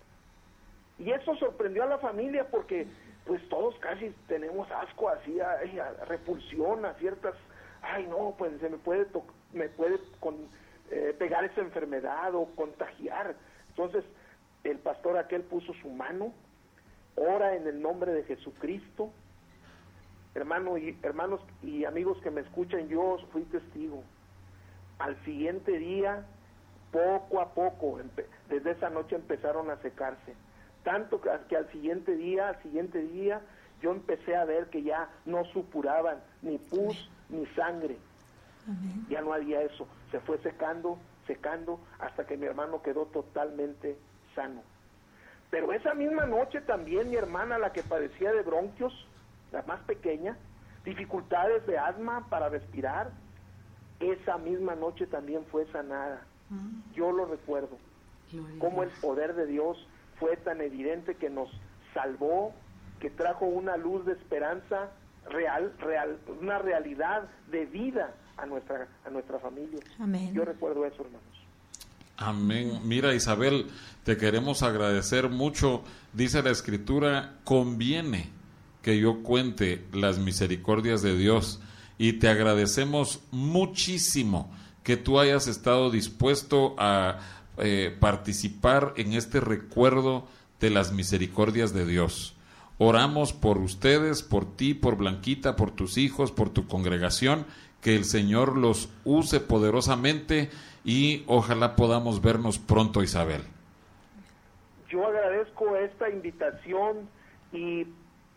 y eso sorprendió a la familia porque pues todos casi tenemos asco así, a, a repulsión a ciertas, ay no, pues se me puede to me puede con, eh, pegar esa enfermedad o contagiar. Entonces el pastor aquel puso su mano, ora en el nombre de Jesucristo. Hermano y, hermanos y amigos que me escuchan, yo fui testigo. Al siguiente día, poco a poco, desde esa noche empezaron a secarse. Tanto que, que al siguiente día, al siguiente día, yo empecé a ver que ya no supuraban ni pus ni sangre. Amén. Ya no había eso. Se fue secando, secando, hasta que mi hermano quedó totalmente sano. Pero esa misma noche también mi hermana, la que padecía de bronquios, la más pequeña, dificultades de asma para respirar, esa misma noche también fue sanada. Mm. Yo lo recuerdo, cómo el poder de Dios fue tan evidente que nos salvó, que trajo una luz de esperanza real, real, una realidad de vida a nuestra, a nuestra familia. Amén. Yo recuerdo eso, hermanos. Amén. Mira, Isabel, te queremos agradecer mucho. Dice la Escritura, conviene que yo cuente las misericordias de Dios, y te agradecemos muchísimo que tú hayas estado dispuesto a eh, participar en este recuerdo de las misericordias de Dios. Oramos por ustedes, por ti, por Blanquita, por tus hijos, por tu congregación, que el Señor los use poderosamente y ojalá podamos vernos pronto, Isabel. Yo agradezco esta invitación y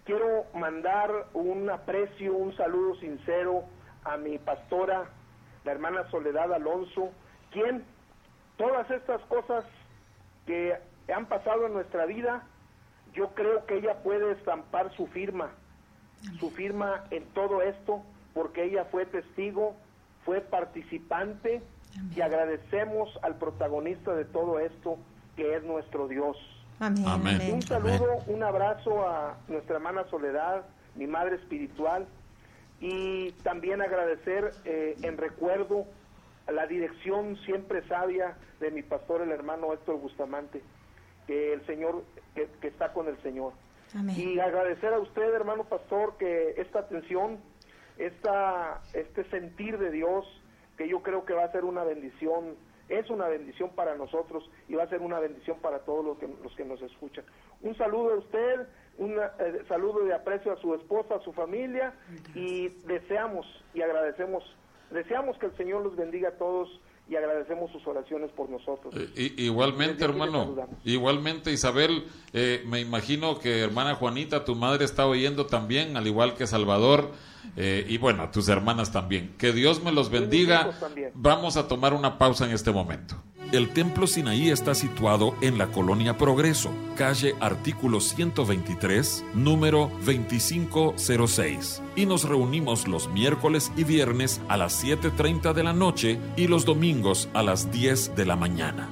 quiero mandar un aprecio, un saludo sincero a mi pastora, la hermana Soledad Alonso, quien todas estas cosas que han pasado en nuestra vida, yo creo que ella puede estampar su firma, su firma en todo esto, porque ella fue testigo, fue participante, y agradecemos al protagonista de todo esto, que es nuestro Dios. Amén. Amén. Amén. Un saludo, un abrazo a nuestra hermana Soledad, mi madre espiritual, y también agradecer eh, en recuerdo a la dirección siempre sabia de mi pastor, el hermano Héctor Bustamante, que el Señor, que, que está con el Señor. Amén. Y agradecer a usted, hermano pastor, que esta atención, esta, este sentir de Dios, que yo creo que va a ser una bendición, es una bendición para nosotros y va a ser una bendición para todos los que, los que nos escuchan. Un saludo a usted, un eh, saludo de aprecio a su esposa, a su familia, y deseamos y agradecemos, deseamos que el Señor los bendiga a todos y agradecemos sus oraciones por nosotros. Eh, igualmente, hermano, igualmente, Isabel, eh, me imagino que hermana Juanita, tu madre está oyendo también, al igual que Salvador, eh, y bueno, tus hermanas también. Que Dios me los bendiga. Vamos a tomar una pausa en este momento. El Templo Sinaí está situado en la Colonia Progreso, calle Artículo ciento veintitrés, número veinticinco cero seis. Y nos reunimos los miércoles y viernes a las siete treinta de la noche y los domingos a las diez de la mañana.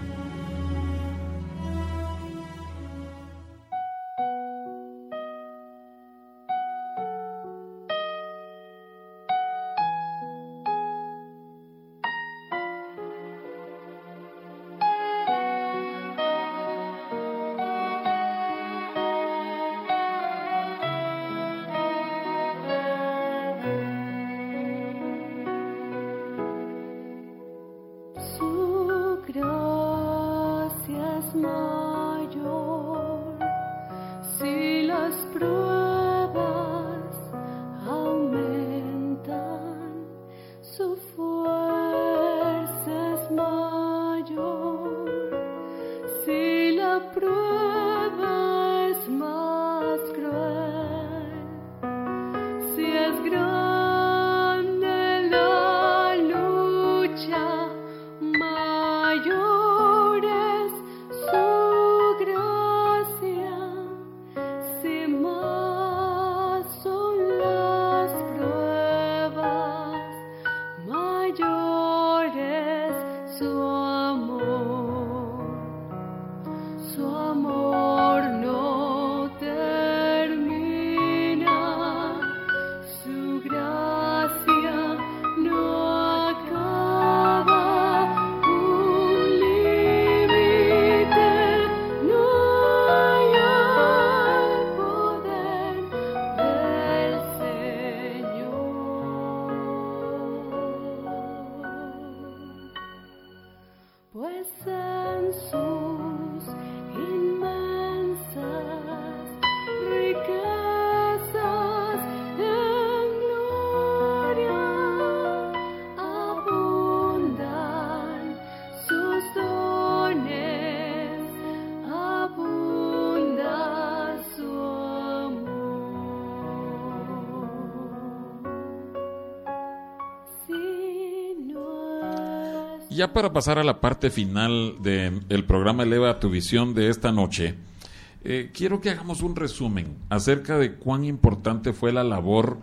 Ya para pasar a la parte final del programa Eleva tu Visión de esta noche, eh, quiero que hagamos un resumen acerca de cuán importante fue la labor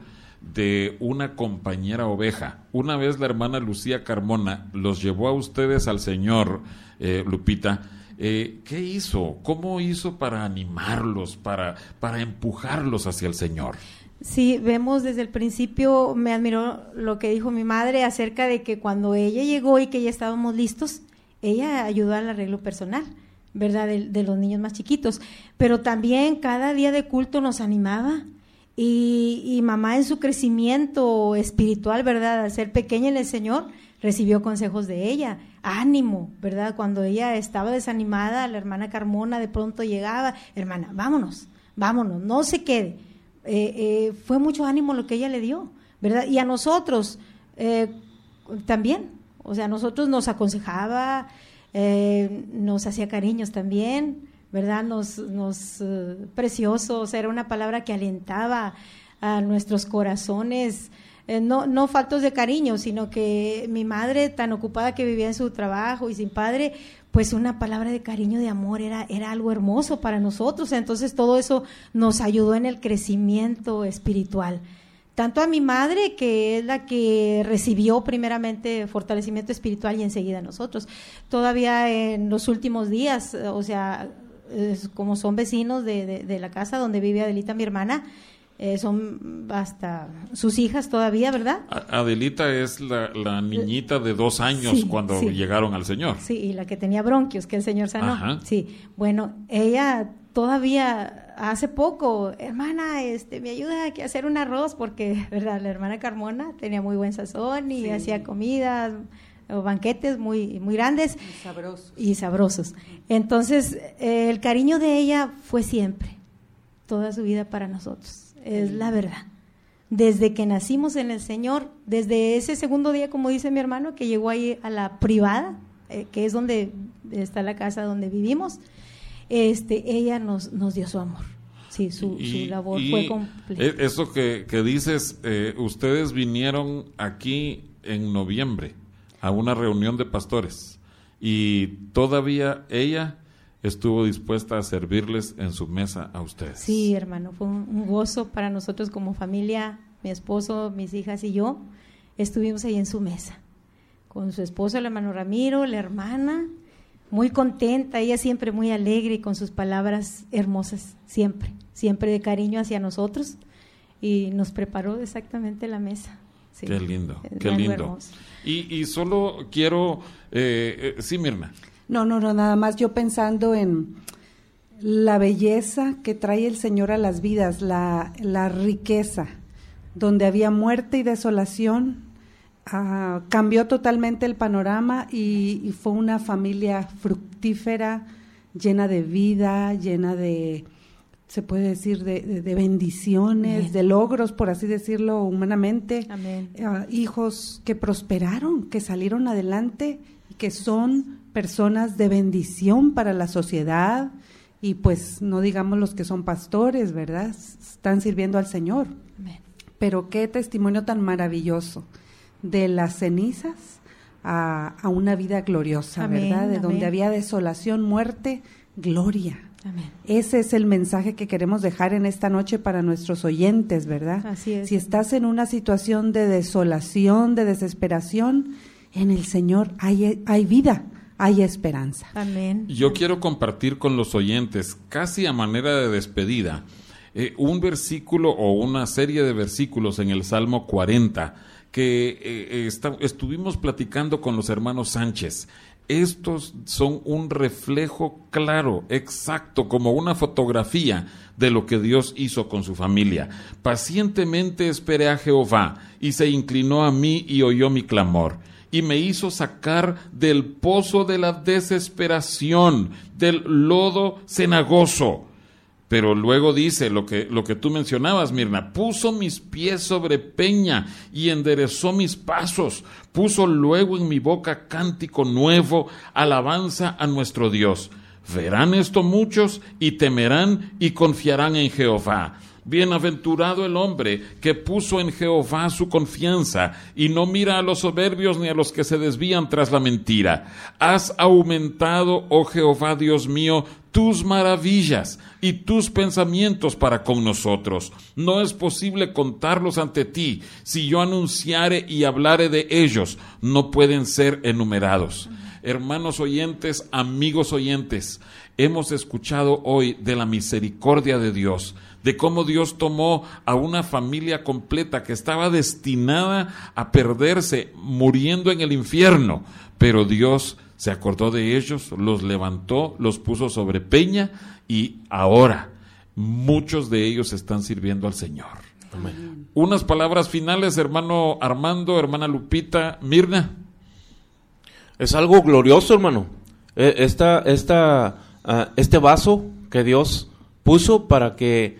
de una compañera oveja. Una vez la hermana Lucía Carmona los llevó a ustedes al Señor, eh, Lupita. Eh, ¿Qué hizo? ¿Cómo hizo para animarlos, para, para empujarlos hacia el Señor? Sí, vemos desde el principio, me admiró lo que dijo mi madre acerca de que cuando ella llegó y que ya estábamos listos, ella ayudó al arreglo personal, ¿verdad? De, de los niños más chiquitos, pero también cada día de culto nos animaba y, y mamá en su crecimiento espiritual, ¿verdad? Al ser pequeña en el Señor, recibió consejos de ella, ánimo, ¿verdad? Cuando ella estaba desanimada, la hermana Carmona de pronto llegaba, hermana, vámonos, vámonos, no se quede. Eh, eh, fue mucho ánimo lo que ella le dio, ¿verdad? Y a nosotros eh, también, o sea, a nosotros nos aconsejaba, eh, nos hacía cariños también, ¿verdad? Nos, nos uh, preciosos, era una palabra que alentaba a nuestros corazones, eh, no, no faltos de cariño, sino que mi madre, tan ocupada que vivía en su trabajo y sin padre, pues una palabra de cariño, de amor, era, era algo hermoso para nosotros. Entonces todo eso nos ayudó en el crecimiento espiritual. Tanto a mi madre, que es la que recibió primeramente fortalecimiento espiritual, y enseguida a nosotros. Todavía en los últimos días, o sea, es, como son vecinos de, de, de la casa donde vive Adelita, mi hermana, eh, son hasta sus hijas todavía, ¿verdad? Adelita es la, la niñita de dos años sí, cuando sí. llegaron al Señor. Sí, y la que tenía bronquios, que el Señor sanó. Ajá. Sí, bueno, ella todavía hace poco, hermana, este, me ayuda a hacer un arroz, porque, ¿verdad? La hermana Carmona tenía muy buen sazón y sí. hacía comidas o banquetes muy, muy grandes y sabrosos. y sabrosos. Entonces, eh, el cariño de ella fue siempre, toda su vida para nosotros. Es la verdad. Desde que nacimos en el Señor, desde ese segundo día, como dice mi hermano, que llegó ahí a la privada, eh, que es donde está la casa donde vivimos, este, ella nos, nos dio su amor. Sí, su, y, su labor y fue completa. Eso que, que dices, eh, ustedes vinieron aquí en noviembre a una reunión de pastores y todavía ella estuvo dispuesta a servirles en su mesa a ustedes. Sí, hermano, fue un, un gozo para nosotros como familia, mi esposo, mis hijas y yo, estuvimos ahí en su mesa, con su esposo, el hermano Ramiro, la hermana, muy contenta, ella siempre muy alegre y con sus palabras hermosas, siempre, siempre de cariño hacia nosotros, y nos preparó exactamente la mesa. Sí, qué lindo, qué lindo. Y, y solo quiero, eh, eh, sí, Mirna. No, no, no, nada más yo pensando en la belleza que trae el Señor a las vidas, la, la riqueza, donde había muerte y desolación, uh, cambió totalmente el panorama y, y fue una familia fructífera, llena de vida, llena de, se puede decir, de, de, de bendiciones, Amén. De logros, por así decirlo humanamente. Amén. Uh, hijos que prosperaron, que salieron adelante y que son personas de bendición para la sociedad, y pues no digamos los que son pastores, ¿verdad? Están sirviendo al Señor. Amén. Pero qué testimonio tan maravilloso, de las cenizas a, a una vida gloriosa, Amén, ¿verdad? De amén. donde había desolación, muerte, gloria. Amén. Ese es el mensaje que queremos dejar en esta noche para nuestros oyentes, ¿verdad? Así es. Si estás en una situación de desolación, de desesperación, en el Señor hay, hay vida, hay esperanza. Amén. Yo quiero compartir con los oyentes, casi a manera de despedida, eh, un versículo o una serie de versículos en el Salmo cuarenta que eh, está, estuvimos platicando con los hermanos Sánchez. Estos son un reflejo claro, exacto, como una fotografía de lo que Dios hizo con su familia. Pacientemente esperé a Jehová y se inclinó a mí y oyó mi clamor. Y me hizo sacar del pozo de la desesperación, del lodo cenagoso. Pero luego dice lo que, lo que tú mencionabas, Mirna, puso mis pies sobre peña y enderezó mis pasos, puso luego en mi boca cántico nuevo, alabanza a nuestro Dios. Verán esto muchos y temerán y confiarán en Jehová. Bienaventurado el hombre que puso en Jehová su confianza y no mira a los soberbios ni a los que se desvían tras la mentira. Has aumentado, oh Jehová Dios mío, tus maravillas y tus pensamientos para con nosotros. No es posible contarlos ante ti. Si yo anunciare y hablare de ellos, no pueden ser enumerados. Hermanos oyentes, amigos oyentes, hemos escuchado hoy de la misericordia de Dios, de cómo Dios tomó a una familia completa que estaba destinada a perderse, muriendo en el infierno, pero Dios se acordó de ellos, los levantó, los puso sobre peña y ahora muchos de ellos están sirviendo al Señor. Amén. Unas palabras finales, hermano Armando, hermana Lupita, Mirna. Es algo glorioso, hermano. Esta, esta, uh, este vaso que Dios puso para que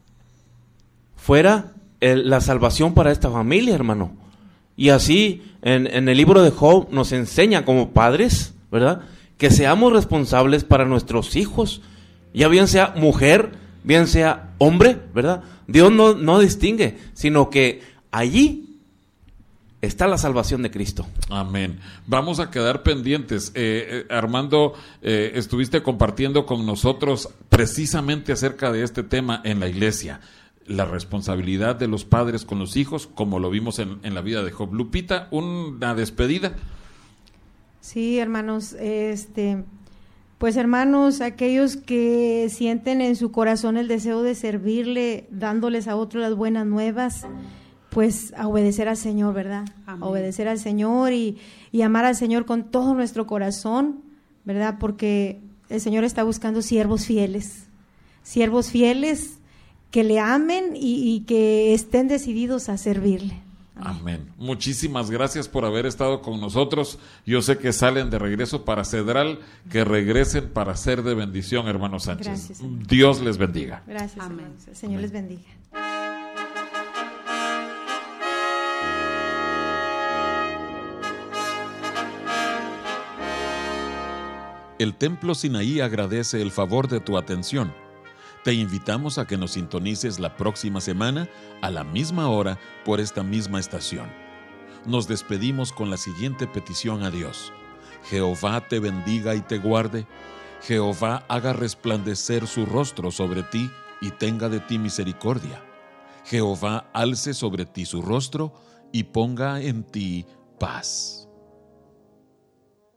fuera el, la salvación para esta familia, hermano. Y así, en, en el libro de Job nos enseña como padres, ¿verdad?, que seamos responsables para nuestros hijos. Ya bien sea mujer, bien sea hombre, ¿verdad? Dios no, no distingue, sino que allí está la salvación de Cristo. Amén. Vamos a quedar pendientes. Eh, eh, Armando, eh, estuviste compartiendo con nosotros precisamente acerca de este tema en la iglesia. La responsabilidad de los padres con los hijos, como lo vimos en, en la vida de Job. Lupita, una despedida. Sí, hermanos, este, pues hermanos, aquellos que sienten en su corazón el deseo de servirle, dándoles a otros las buenas nuevas, pues a obedecer al Señor, ¿verdad? Amén. A obedecer al Señor y, y amar al Señor con todo nuestro corazón, ¿verdad? Porque el Señor está buscando siervos fieles, siervos fieles que le amen y, y que estén decididos a servirle. Amén. Muchísimas gracias por haber estado con nosotros. Yo sé que salen de regreso para Cedral, que regresen para ser de bendición, hermano Sánchez. Gracias, Señor. Dios les bendiga. Gracias, Amén. hermanos. El Señor Amén. les bendiga. El Templo Sinaí agradece el favor de tu atención. Te invitamos a que nos sintonices la próxima semana a la misma hora por esta misma estación. Nos despedimos con la siguiente petición a Dios. Jehová te bendiga y te guarde. Jehová haga resplandecer su rostro sobre ti y tenga de ti misericordia. Jehová alce sobre ti su rostro y ponga en ti paz.